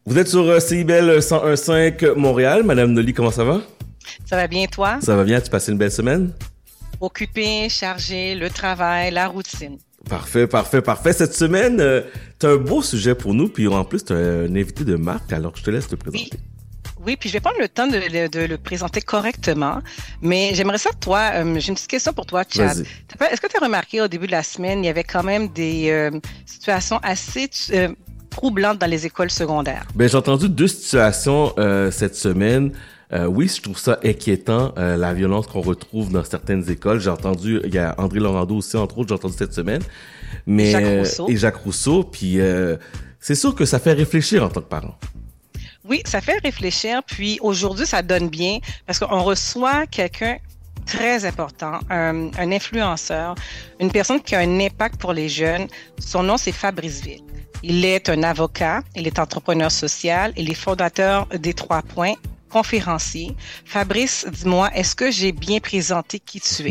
Vous êtes sur CIBL 101.5 Montréal. Madame Noli, comment ça va? Ça va bien, toi? Ça va bien, tu passes une belle semaine? Occupé, chargé, le travail, la routine. Parfait. Cette semaine, tu as un beau sujet pour nous, puis en plus, tu as un invité de marque, alors je te laisse te présenter. Oui, puis je vais prendre le temps de le présenter correctement, mais j'aimerais ça, toi, j'ai une petite question pour toi, Chad. Vas-y. Est-ce que tu as remarqué au début de la semaine, il y avait quand même des situations assez troublantes dans les écoles secondaires? Ben, j'ai entendu deux situations cette semaine. Oui, je trouve ça inquiétant, la violence qu'on retrouve dans certaines écoles. J'ai entendu, il y a André Laurando aussi, entre autres, j'ai entendu cette semaine. Mais, et Jacques Rousseau. Puis c'est sûr que ça fait réfléchir en tant que parent. Oui, ça fait réfléchir. Puis aujourd'hui, ça donne bien parce qu'on reçoit quelqu'un très important, un influenceur, une personne qui a un impact pour les jeunes. Son nom, c'est Fabrice Ville. Il est un avocat, il est entrepreneur social, il est fondateur des 3 points, conférencier. Fabrice, dis-moi, est-ce que j'ai bien présenté qui tu es?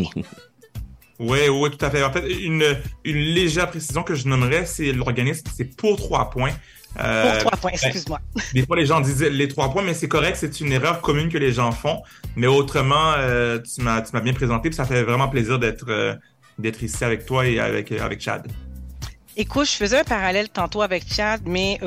Oui, tout à fait. En fait, une légère précision que je nommerais, c'est l'organisme, c'est pour 3 points. Pour 3 points, excuse-moi. Des fois, les gens disent les 3 points, mais c'est correct, c'est une erreur commune que les gens font. Mais autrement, tu m'as bien présenté, puis ça fait vraiment plaisir d'être ici avec toi et avec Chad. Écoute, je faisais un parallèle tantôt avec Chad, mais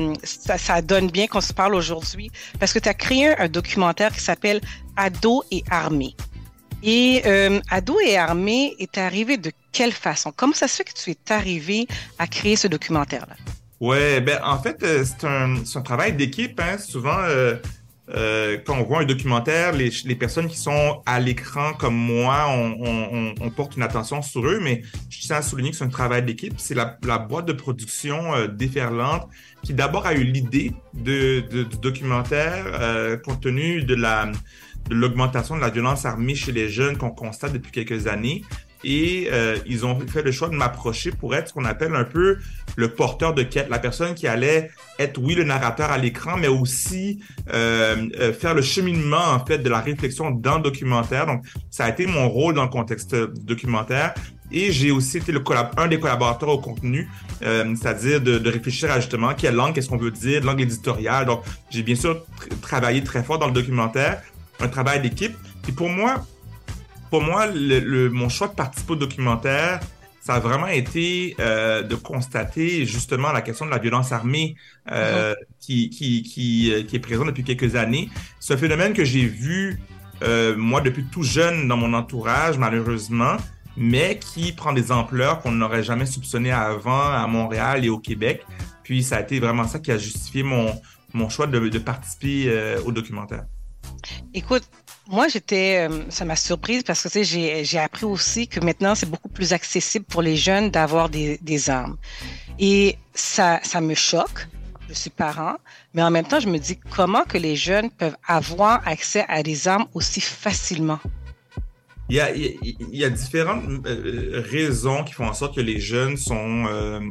ça donne bien qu'on se parle aujourd'hui parce que tu as créé un documentaire qui s'appelle Ados et armée. Et Ados et armée est arrivé de quelle façon? Comment ça se fait que tu es arrivé à créer ce documentaire-là? Ouais, ben en fait, c'est un travail d'équipe, hein. Souvent, quand on voit un documentaire, les personnes qui sont à l'écran comme moi, on porte une attention sur eux, mais je tiens à souligner que c'est un travail d'équipe. C'est la boîte de production Déferlante qui d'abord a eu l'idée du documentaire compte tenu de l'augmentation de la violence armée chez les jeunes qu'on constate depuis quelques années. Et ils ont fait le choix de m'approcher pour être ce qu'on appelle un peu le porteur de quête, la personne qui allait être, oui, le narrateur à l'écran, mais aussi faire le cheminement, en fait, de la réflexion dans le documentaire. Donc, ça a été mon rôle dans le contexte du documentaire. Et j'ai aussi été un des collaborateurs au contenu, c'est-à-dire de réfléchir à justement quelle langue, qu'est-ce qu'on veut dire, langue éditoriale. Donc, j'ai bien sûr travaillé très fort dans le documentaire, un travail d'équipe. Et pour moi, mon choix de participer au documentaire, ça a vraiment été de constater justement la question de la violence armée qui est présente depuis quelques années. C'est un phénomène que j'ai vu, moi, depuis tout jeune dans mon entourage, malheureusement, mais qui prend des ampleurs qu'on n'aurait jamais soupçonnées avant à Montréal et au Québec. Puis ça a été vraiment ça qui a justifié mon choix de participer au documentaire. Écoute, moi, ça m'a surprise parce que, tu sais, j'ai appris aussi que maintenant, c'est beaucoup plus accessible pour les jeunes d'avoir des armes. Et ça me choque. Je suis parent, mais en même temps, je me dis comment que les jeunes peuvent avoir accès à des armes aussi facilement. Il y a différentes raisons qui font en sorte que les jeunes sont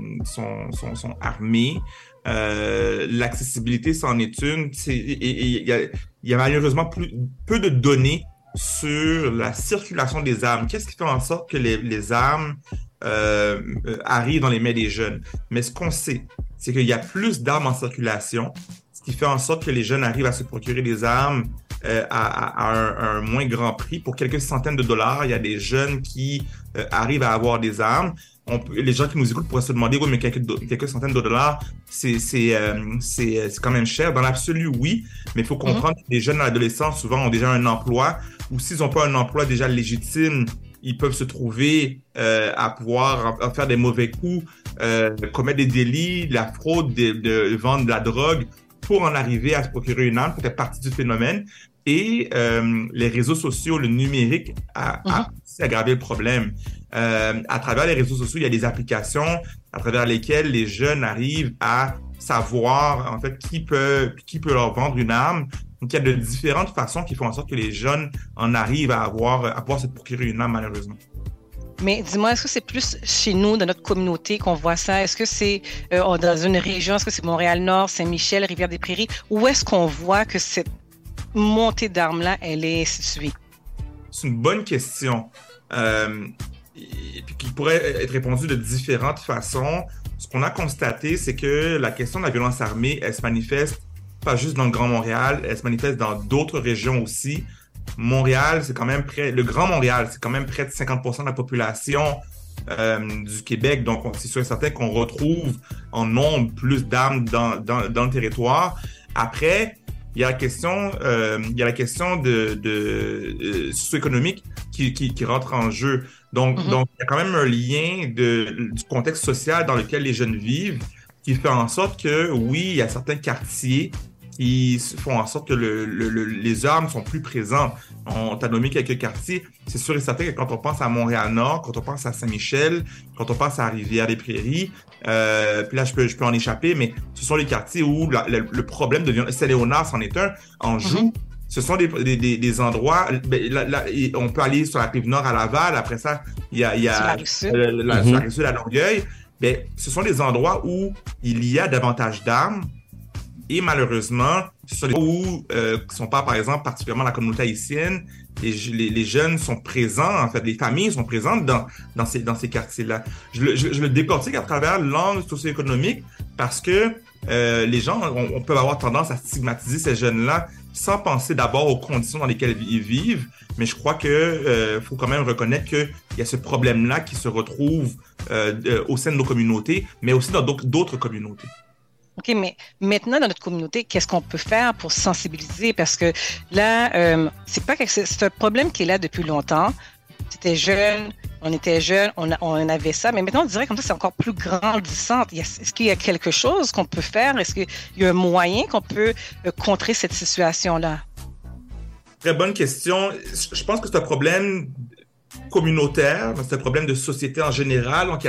armés. L'accessibilité, c'en est une. Il y a malheureusement peu de données sur la circulation des armes. Qu'est-ce qui fait en sorte que les armes arrivent dans les mains des jeunes? Mais ce qu'on sait, c'est qu'il y a plus d'armes en circulation, ce qui fait en sorte que les jeunes arrivent à se procurer des armes à un moins grand prix. Pour quelques centaines de dollars, il y a des jeunes qui arrivent à avoir des armes. Les gens qui nous écoutent pourraient se demander, oui, mais quelques centaines de dollars, c'est quand même cher. Dans l'absolu, oui, mais il faut comprendre que les jeunes adolescents, souvent, ont déjà un emploi, ou s'ils n'ont pas un emploi déjà légitime, ils peuvent se trouver à pouvoir faire des mauvais coups, commettre des délits, de la fraude, de vendre de la drogue, pour en arriver à se procurer une arme, pour faire partie du phénomène. Et les réseaux sociaux, le numérique a aussi aggravé le problème. À travers les réseaux sociaux, il y a des applications à travers lesquelles les jeunes arrivent à savoir en fait qui peut leur vendre une arme. Donc, il y a de différentes façons qui font en sorte que les jeunes en arrivent à pouvoir se procurer une arme, malheureusement. Mais dis-moi, est-ce que c'est plus chez nous, dans notre communauté, qu'on voit ça? Est-ce que c'est dans une région? Est-ce que c'est Montréal-Nord, Saint-Michel, Rivière-des-Prairies? Où est-ce qu'on voit que cette montée d'armes-là, elle est située? C'est une bonne question. Et puis qui pourrait être répondue de différentes façons. Ce qu'on a constaté, c'est que la question de la violence armée, elle se manifeste pas juste dans le Grand Montréal, elle se manifeste dans d'autres régions aussi. Montréal, c'est quand même le Grand Montréal, c'est quand même près de 50% de la population du Québec. Donc, c'est sûr et certain qu'on retrouve en nombre plus d'armes dans le territoire. Après, il y a la question de socio-économique qui rentre en jeu. Donc, il y a quand même un lien du contexte social dans lequel les jeunes vivent qui fait en sorte que, oui, il y a certains quartiers qui font en sorte que les armes sont plus présentes. On t'a nommé quelques quartiers. C'est sûr et certain que quand on pense à Montréal-Nord, quand on pense à Saint-Michel, quand on pense à Rivière-des-Prairies, puis là, je peux en échapper, mais ce sont les quartiers où le problème devient... Saint-Léonard, c'en est un. Anjou, ce sont des endroits... on peut aller sur la Rive-Nord à Laval. Après ça, il y a la Rive-Sud à Longueuil. Ce sont des endroits où il y a davantage d'armes. Et malheureusement, ce sont des endroits où, qui sont pas, par exemple, particulièrement la communauté haïtienne, les jeunes sont présents, en fait, les familles sont présentes dans ces quartiers-là. Je le décortique à travers l'angle socio-économique parce que les gens, on peut avoir tendance à stigmatiser ces jeunes-là sans penser d'abord aux conditions dans lesquelles ils vivent. Mais je crois que faut quand même reconnaître qu'il y a ce problème-là qui se retrouve au sein de nos communautés, mais aussi dans d'autres communautés. OK, mais maintenant, dans notre communauté, qu'est-ce qu'on peut faire pour sensibiliser? Parce que là, c'est un problème qui est là depuis longtemps. C'était jeune, on était jeunes, on avait ça, mais maintenant, on dirait comme ça, c'est encore plus grandissant. Est-ce qu'il y a quelque chose qu'on peut faire? Est-ce qu'il y a un moyen qu'on peut contrer cette situation-là? Très bonne question. Je pense que c'est un problème communautaire, c'est un problème de société en général, donc il y a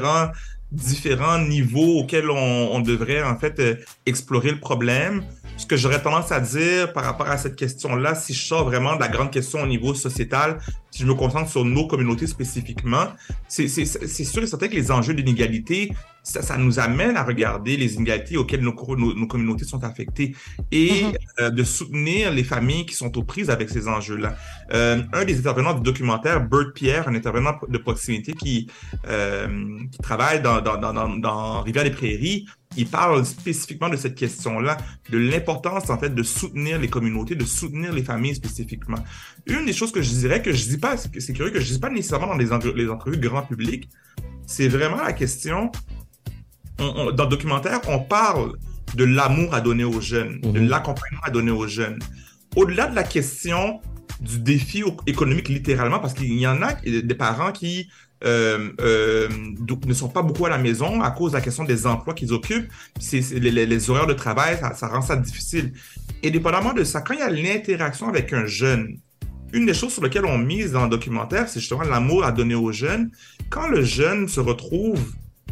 différents niveaux auxquels on devrait en fait explorer le problème. Ce que j'aurais tendance à dire par rapport à cette question-là, si je sors vraiment de la grande question au niveau sociétal, si je me concentre sur nos communautés spécifiquement, c'est sûr et certain que les enjeux d'inégalité, ça nous amène à regarder les inégalités auxquelles nos communautés sont affectées et de soutenir les familles qui sont aux prises avec ces enjeux-là. Un des intervenants du documentaire, Bert Pierre, un intervenant de proximité qui travaille dans Rivière-des-Prairies, il parle spécifiquement de cette question-là, de l'importance en fait de soutenir les communautés, de soutenir les familles spécifiquement. Une des choses que je dirais, que je dis pas, c'est curieux, que je dis pas nécessairement dans les entrevues grand public, c'est vraiment la question. Dans le documentaire, on parle de l'amour à donner aux jeunes, de l'accompagnement à donner aux jeunes. Au-delà de la question du défi économique littéralement, parce qu'il y en a des parents qui ne sont pas beaucoup à la maison à cause de la question des emplois qu'ils occupent. Les horaires de travail, ça rend ça difficile. Et dépendamment de ça, quand il y a l'interaction avec un jeune, une des choses sur lesquelles on mise dans le documentaire, c'est justement l'amour à donner aux jeunes. Quand le jeune se retrouve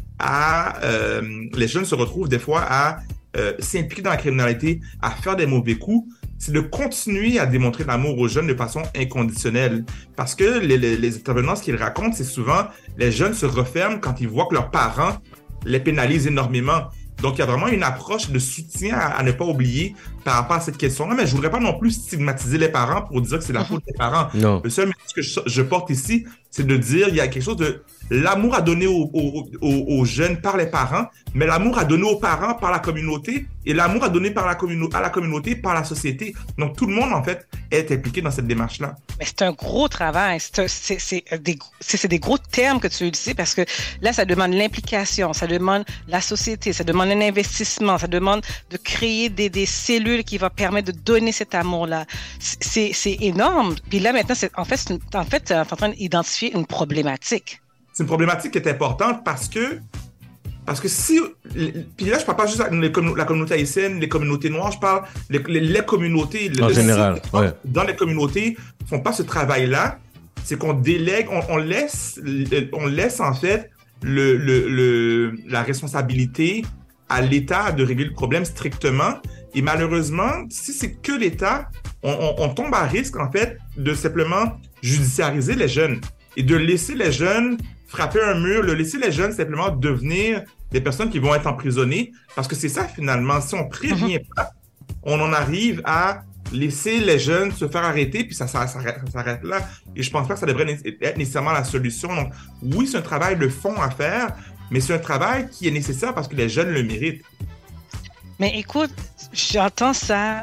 les jeunes se retrouvent des fois à s'impliquer dans la criminalité, à faire des mauvais coups, c'est de continuer à démontrer l'amour aux jeunes de façon inconditionnelle. Parce que les intervenants, ce qu'ils racontent, c'est souvent les jeunes se referment quand ils voient que leurs parents les pénalisent énormément. Donc, il y a vraiment une approche de soutien à ne pas oublier par rapport à cette question-là. Mais je ne voudrais pas non plus stigmatiser les parents pour dire que c'est la faute des parents. Non. Le seul message que je porte ici, c'est de dire qu'il y a quelque chose de l'amour à donner aux jeunes par les parents, mais l'amour à donner aux parents par la communauté et l'amour à donner à la communauté par la société. Donc, tout le monde, en fait, est impliqué dans cette démarche-là. Mais c'est un gros travail. C'est des gros termes que tu as utilisés parce que là, ça demande l'implication, ça demande la société, ça demande un investissement, ça demande de créer des cellules qui vont permettre de donner cet amour-là. C'est énorme. Puis là, maintenant, en fait, tu es en train d'identifier une problématique. C'est une problématique qui est importante parce que si... Puis là, je parle pas juste de la communauté haïtienne, les communautés noires, je parle les communautés... En général, ouais. Dans les communautés, font pas ce travail-là, c'est qu'on délègue, on laisse en fait la responsabilité à l'État de régler le problème strictement. Et malheureusement, si c'est que l'État, on tombe à risque, en fait, de simplement judiciariser les jeunes et de laisser les jeunes frapper un mur, de laisser les jeunes simplement devenir des personnes qui vont être emprisonnées. Parce que c'est ça, finalement. Si on prévient pas, on en arrive à laisser les jeunes se faire arrêter, puis ça s'arrête là. Et je pense pas que ça devrait être nécessairement la solution. Donc, oui, c'est un travail de fond à faire, mais c'est un travail qui est nécessaire parce que les jeunes le méritent. Mais écoute, j'entends ça,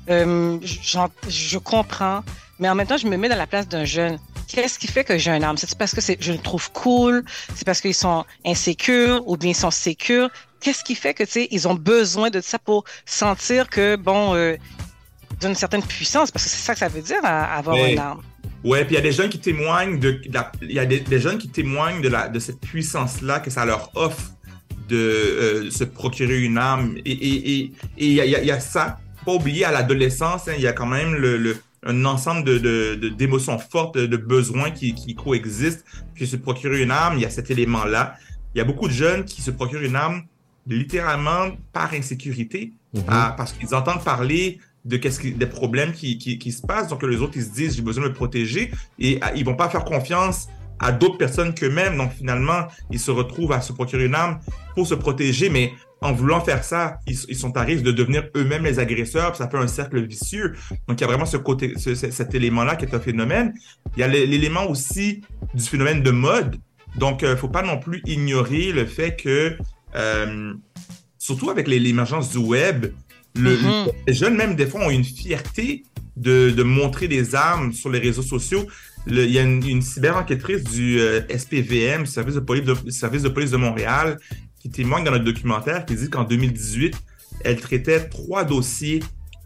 je comprends, mais en même temps, je me mets dans la place d'un jeune. Qu'est-ce qui fait que j'ai une arme? C'est parce que je le trouve cool, c'est parce qu'ils sont insécures ou bien ils sont sécures. Qu'est-ce qui fait que, tu sais, ils ont besoin de ça pour sentir que, bon, d'une certaine puissance, parce que c'est ça que ça veut dire, avoir une arme. Ouais, puis il y a des jeunes qui témoignent il y a des jeunes qui témoignent de cette puissance-là que ça leur offre de se procurer une arme. Et il y a ça. Pas oublier, à l'adolescence, hein, il y a quand même un ensemble d'émotions fortes, de besoins qui coexistent. Puis se procurer une arme, il y a cet élément-là. Il y a beaucoup de jeunes qui se procurent une arme littéralement par insécurité, parce qu'ils entendent parler des problèmes qui se passent. Donc, les autres, ils se disent, j'ai besoin de me protéger, et ils vont pas faire confiance à d'autres personnes qu'eux-mêmes. Donc, finalement, ils se retrouvent à se procurer une arme pour se protéger, mais en voulant faire ça, ils sont à risque de devenir eux-mêmes les agresseurs, puis ça fait un cercle vicieux. Donc, il y a vraiment cet élément-là qui est un phénomène. Il y a l'élément aussi du phénomène de mode. Donc, faut pas non plus ignorer le fait que, surtout avec l'émergence du web, les jeunes, même des fois, ont une fierté de montrer des armes sur les réseaux sociaux. Il y a une cyber-enquêtrice du SPVM, service de police de Montréal, qui témoigne dans notre documentaire, qui dit qu'en 2018, elle traitait 3 dossiers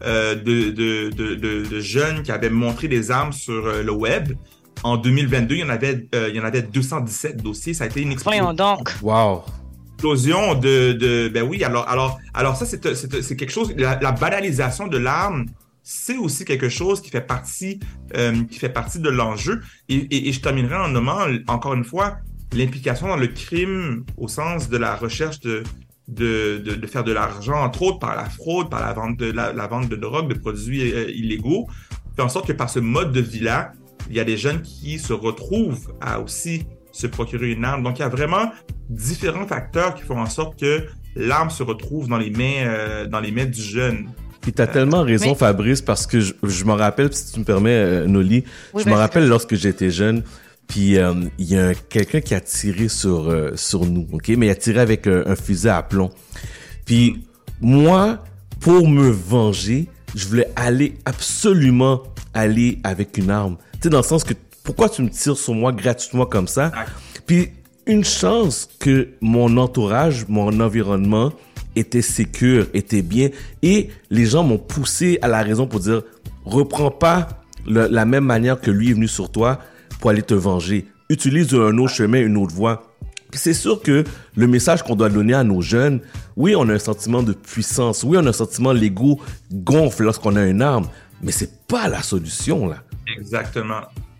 de jeunes qui avaient montré des armes sur le web. En 2022, il y en avait 217 dossiers. Ça a été une explosion. Voyons donc. Wow. Explosion ben oui, alors ça, c'est quelque chose, la banalisation de l'arme, c'est aussi quelque chose qui fait partie de l'enjeu. Et je terminerai en nommant, encore une fois, l'implication dans le crime au sens de la recherche de faire de l'argent, entre autres par la fraude, par la vente de drogue, de produits illégaux, fait en sorte que par ce mode de vie-là, il y a des jeunes qui se retrouvent à aussi se procurer une arme. Donc, il y a vraiment différents facteurs qui font en sorte que l'arme se retrouve dans les mains du jeune. Puis t'as tellement raison, Fabrice, parce que je me rappelle, si tu me permets, Noli, je me rappelle lorsque j'étais jeune, puis il y a quelqu'un qui a tiré sur nous, ok, mais il a tiré avec un fusil à plomb. Puis moi, pour me venger, je voulais absolument aller avec une arme. Tu sais, dans le sens que pourquoi tu me tires sur moi gratuitement comme ça? Puis une chance que mon entourage, mon environnement était sécure, était bien, et les gens m'ont poussé à la raison pour dire reprends pas la même manière que lui est venu sur toi pour aller te venger. Utilise un autre chemin, une autre voie. Puis c'est sûr que le message qu'on doit donner à nos jeunes, oui, on a un sentiment de puissance, oui, on a un sentiment, l'ego gonfle lorsqu'on a une arme, mais c'est pas la solution, là. Exactement.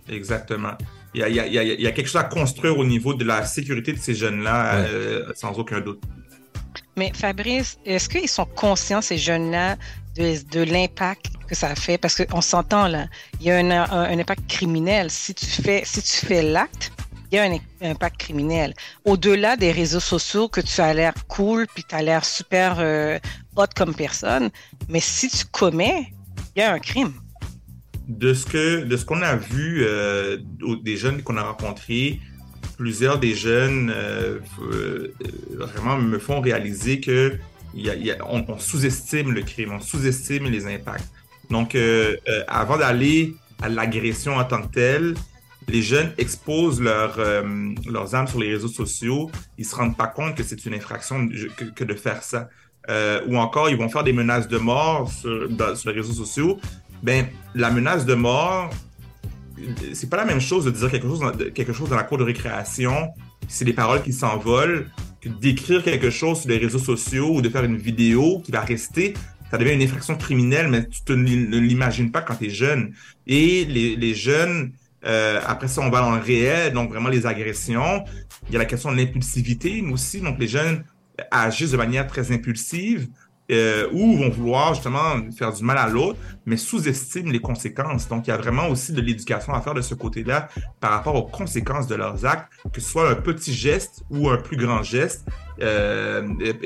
Il y a quelque chose à construire au niveau de la sécurité de ces jeunes-là, sans aucun doute. Mais Fabrice, est-ce qu'ils sont conscients, ces jeunes-là, de l'impact que ça fait? Parce qu'on s'entend, là, il y a un impact criminel. Si tu fais l'acte, il y a un impact criminel. Au-delà des réseaux sociaux, que tu as l'air cool, puis tu as l'air super hot comme personne, mais si tu commets, il y a un crime. De ce qu'on a vu des jeunes qu'on a rencontrés, plusieurs des jeunes vraiment me font réaliser que on sous-estime le crime, on sous-estime les impacts. Donc, avant d'aller à l'agression en tant que telle, les jeunes exposent leurs armes sur les réseaux sociaux. Ils se rendent pas compte que c'est une infraction que de faire ça. Ou encore, ils vont faire des menaces de mort sur les réseaux sociaux. Ben, la menace de mort, c'est pas la même chose de dire quelque chose dans la cour de récréation, c'est des paroles qui s'envolent, que d'écrire quelque chose sur les réseaux sociaux ou de faire une vidéo qui va rester, ça devient une infraction criminelle, mais tu ne l'imagines pas quand tu es jeune. Et les jeunes, après ça, on va dans le réel, donc vraiment les agressions. Il y a la question de l'impulsivité aussi, donc les jeunes agissent de manière très impulsive, ou vont vouloir justement faire du mal à l'autre, mais sous-estiment les conséquences. Donc, il y a vraiment aussi de l'éducation à faire de ce côté-là par rapport aux conséquences de leurs actes, que ce soit un petit geste ou un plus grand geste. Il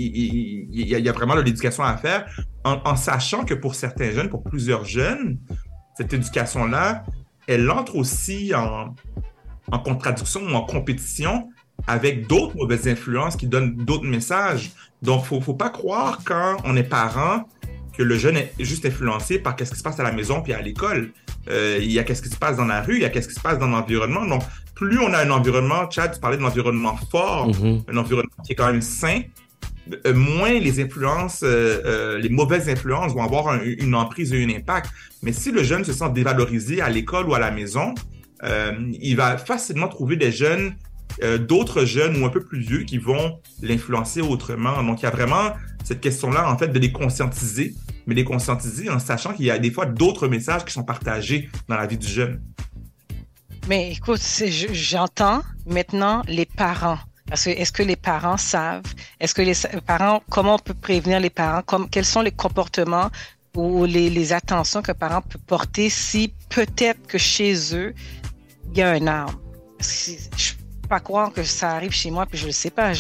y a vraiment de l'éducation à faire en sachant que pour certains jeunes, pour plusieurs jeunes, cette éducation-là, elle entre aussi en contradiction ou en compétition avec d'autres mauvaises influences qui donnent d'autres messages. Donc, faut pas croire quand on est parent que le jeune est juste influencé par qu'est-ce qui se passe à la maison puis à l'école. Il y a qu'est-ce qui se passe dans la rue, il y a qu'est-ce qui se passe dans l'environnement. Donc, plus on a un environnement, Chad, tu parlais d'un environnement fort, un environnement qui est quand même sain, moins les influences, les mauvaises influences vont avoir une emprise et un impact. Mais si le jeune se sent dévalorisé à l'école ou à la maison, il va facilement trouver des jeunes, d'autres jeunes ou un peu plus vieux qui vont l'influencer autrement. Donc, il y a vraiment cette question-là, en fait, de les conscientiser, mais les conscientiser en sachant qu'il y a des fois d'autres messages qui sont partagés dans la vie du jeune. Mais écoute, j'entends maintenant les parents. Parce que est-ce que les parents savent? Est-ce que les parents, comment on peut prévenir les parents? Quels sont les comportements ou les attentions qu'un parent peut porter si peut-être que chez eux, il y a un arme? Parce que je ne peux pas croire que ça arrive chez moi, puis je ne le sais pas.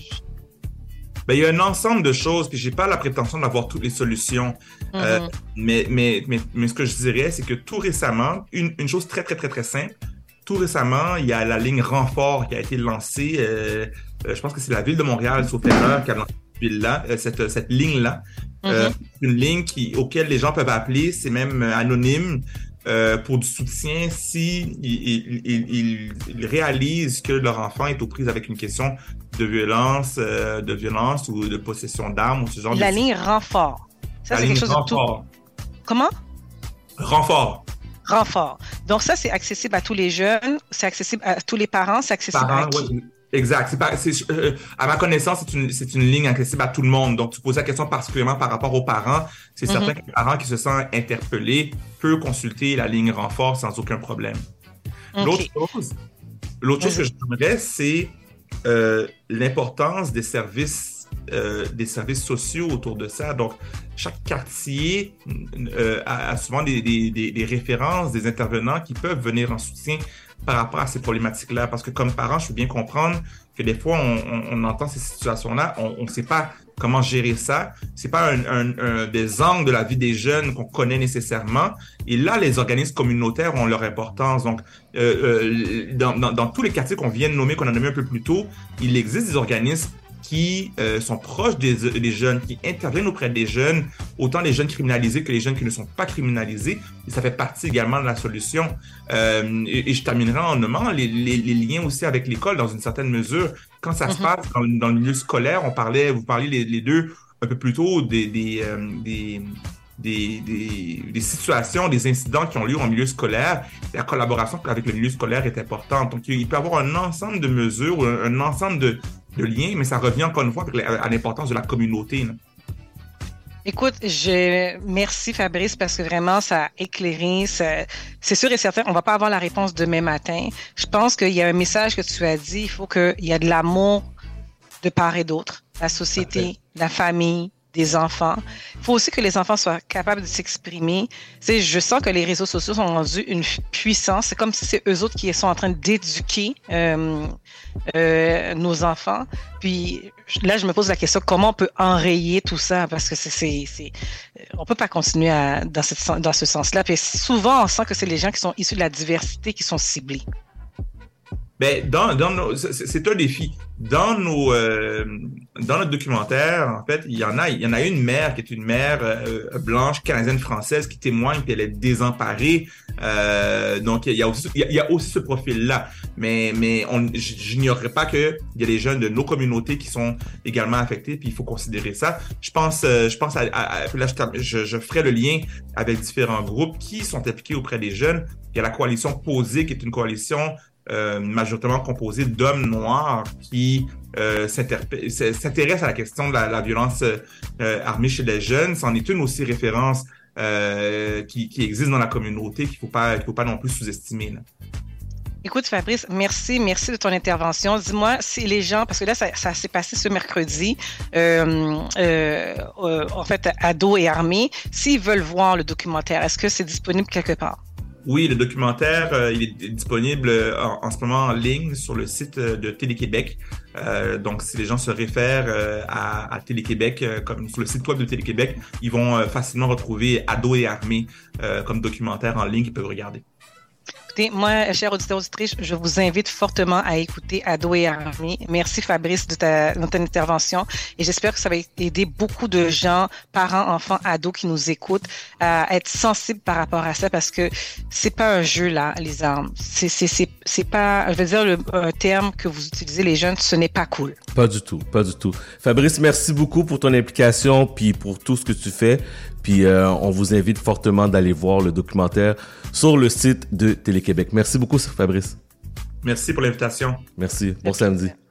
Ben, il y a un ensemble de choses, puis j'ai pas la prétention d'avoir toutes les solutions. Mais ce que je dirais, c'est que tout récemment, une chose très, très, très, très simple, tout récemment, il y a la ligne Renfort qui a été lancée. Je pense que c'est la Ville de Montréal, sauf erreur, qui a lancé cette ligne-là. Une ligne auquel les gens peuvent appeler, c'est même anonyme, pour du soutien si ils réalisent que leur enfant est aux prises avec une question de violence ou de possession d'armes ou ce genre de... La ligne Renfort. Ça, c'est quelque chose Renfort. de tout... Comment? Renfort. Donc ça, c'est accessible à tous les jeunes, c'est accessible à tous les parents, c'est accessible à qui? Ouais, exact. À ma connaissance, c'est une ligne accessible à tout le monde. Donc, tu poses la question particulièrement par rapport aux parents. C'est certain que les parents qui se sentent interpellés peuvent consulter la ligne Renfort sans aucun problème. Okay. L'autre chose que je dirais, c'est l'importance des services sociaux autour de ça. Donc, chaque quartier a souvent des références, des intervenants qui peuvent venir en soutien par rapport à ces problématiques-là. Parce que comme parent, je peux bien comprendre que des fois, on entend ces situations-là, on ne sait pas comment gérer ça. C'est pas des angles de la vie des jeunes qu'on connaît nécessairement. Et là, les organismes communautaires ont leur importance. Donc, dans tous les quartiers qu'on vient de nommer, qu'on a nommé un peu plus tôt, il existe des organismes qui sont proches des jeunes, qui interviennent auprès des jeunes, autant les jeunes criminalisés que les jeunes qui ne sont pas criminalisés. Et ça fait partie également de la solution. Et je terminerai en nommant les liens aussi avec l'école dans une certaine mesure. Quand ça se passe dans le milieu scolaire, vous parliez les deux un peu plus tôt des situations, des incidents qui ont lieu en milieu scolaire. La collaboration avec le milieu scolaire est importante. Donc, il peut y avoir un ensemble de mesures, un ensemble de liens, mais ça revient encore une fois à l'importance de la communauté. Là. Écoute, merci Fabrice parce que vraiment ça a éclairé. C'est sûr et certain, on va pas avoir la réponse demain matin. Je pense qu'il y a un message que tu as dit. Il faut qu'il y ait de l'amour de part et d'autre, la société, la famille, des enfants. Il faut aussi que les enfants soient capables de s'exprimer. Je sens que les réseaux sociaux sont rendus une puissance. C'est comme si c'est eux autres qui sont en train d'éduquer nos enfants. Puis là, je me pose la question, comment on peut enrayer tout ça? Parce que on peut pas continuer dans ce sens-là. Puis souvent, on sent que c'est les gens qui sont issus de la diversité qui sont ciblés. Ben, c'est un défi. Dans notre documentaire, en fait, il y en a une mère qui est une mère blanche canadienne-française qui témoigne qu'elle est désemparée. Donc il y a aussi ce profil-là. Mais j'ignorerais pas que il y a des jeunes de nos communautés qui sont également affectés. Puis il faut considérer ça. Je pense là je ferai le lien avec différents groupes qui sont impliqués auprès des jeunes. Il y a la coalition Posée qui est une coalition majoritairement composé d'hommes noirs qui s'intéressent à la question de la violence armée chez les jeunes. C'en est une aussi référence qui existe dans la communauté qu'il faut pas non plus sous-estimer. Là. Écoute, Fabrice, merci de ton intervention. Dis-moi si les gens, parce que là, ça s'est passé ce mercredi, en fait, Ados et armée, s'ils veulent voir le documentaire, est-ce que c'est disponible quelque part? Oui, le documentaire, il est disponible en ce moment en ligne sur le site de Télé-Québec. Donc, si les gens se réfèrent à Télé-Québec, comme sur le site web de Télé-Québec, ils vont facilement retrouver Ados et armée comme documentaire en ligne qu'ils peuvent regarder. Écoutez, moi, chers auditeurs auditrices, je vous invite fortement à écouter Ado et Armée. Merci Fabrice de ton intervention et j'espère que ça va aider beaucoup de gens, parents, enfants, ados qui nous écoutent à être sensibles par rapport à ça parce que c'est pas un jeu là, les armes. C'est pas, je veux dire un terme que vous utilisez les jeunes, ce n'est pas cool. Pas du tout, pas du tout. Fabrice, merci beaucoup pour ton implication puis pour tout ce que tu fais. Puis on vous invite fortement d'aller voir le documentaire sur le site de Télé-Québec. Merci beaucoup, Fabrice. Merci pour l'invitation. Merci. Bon samedi.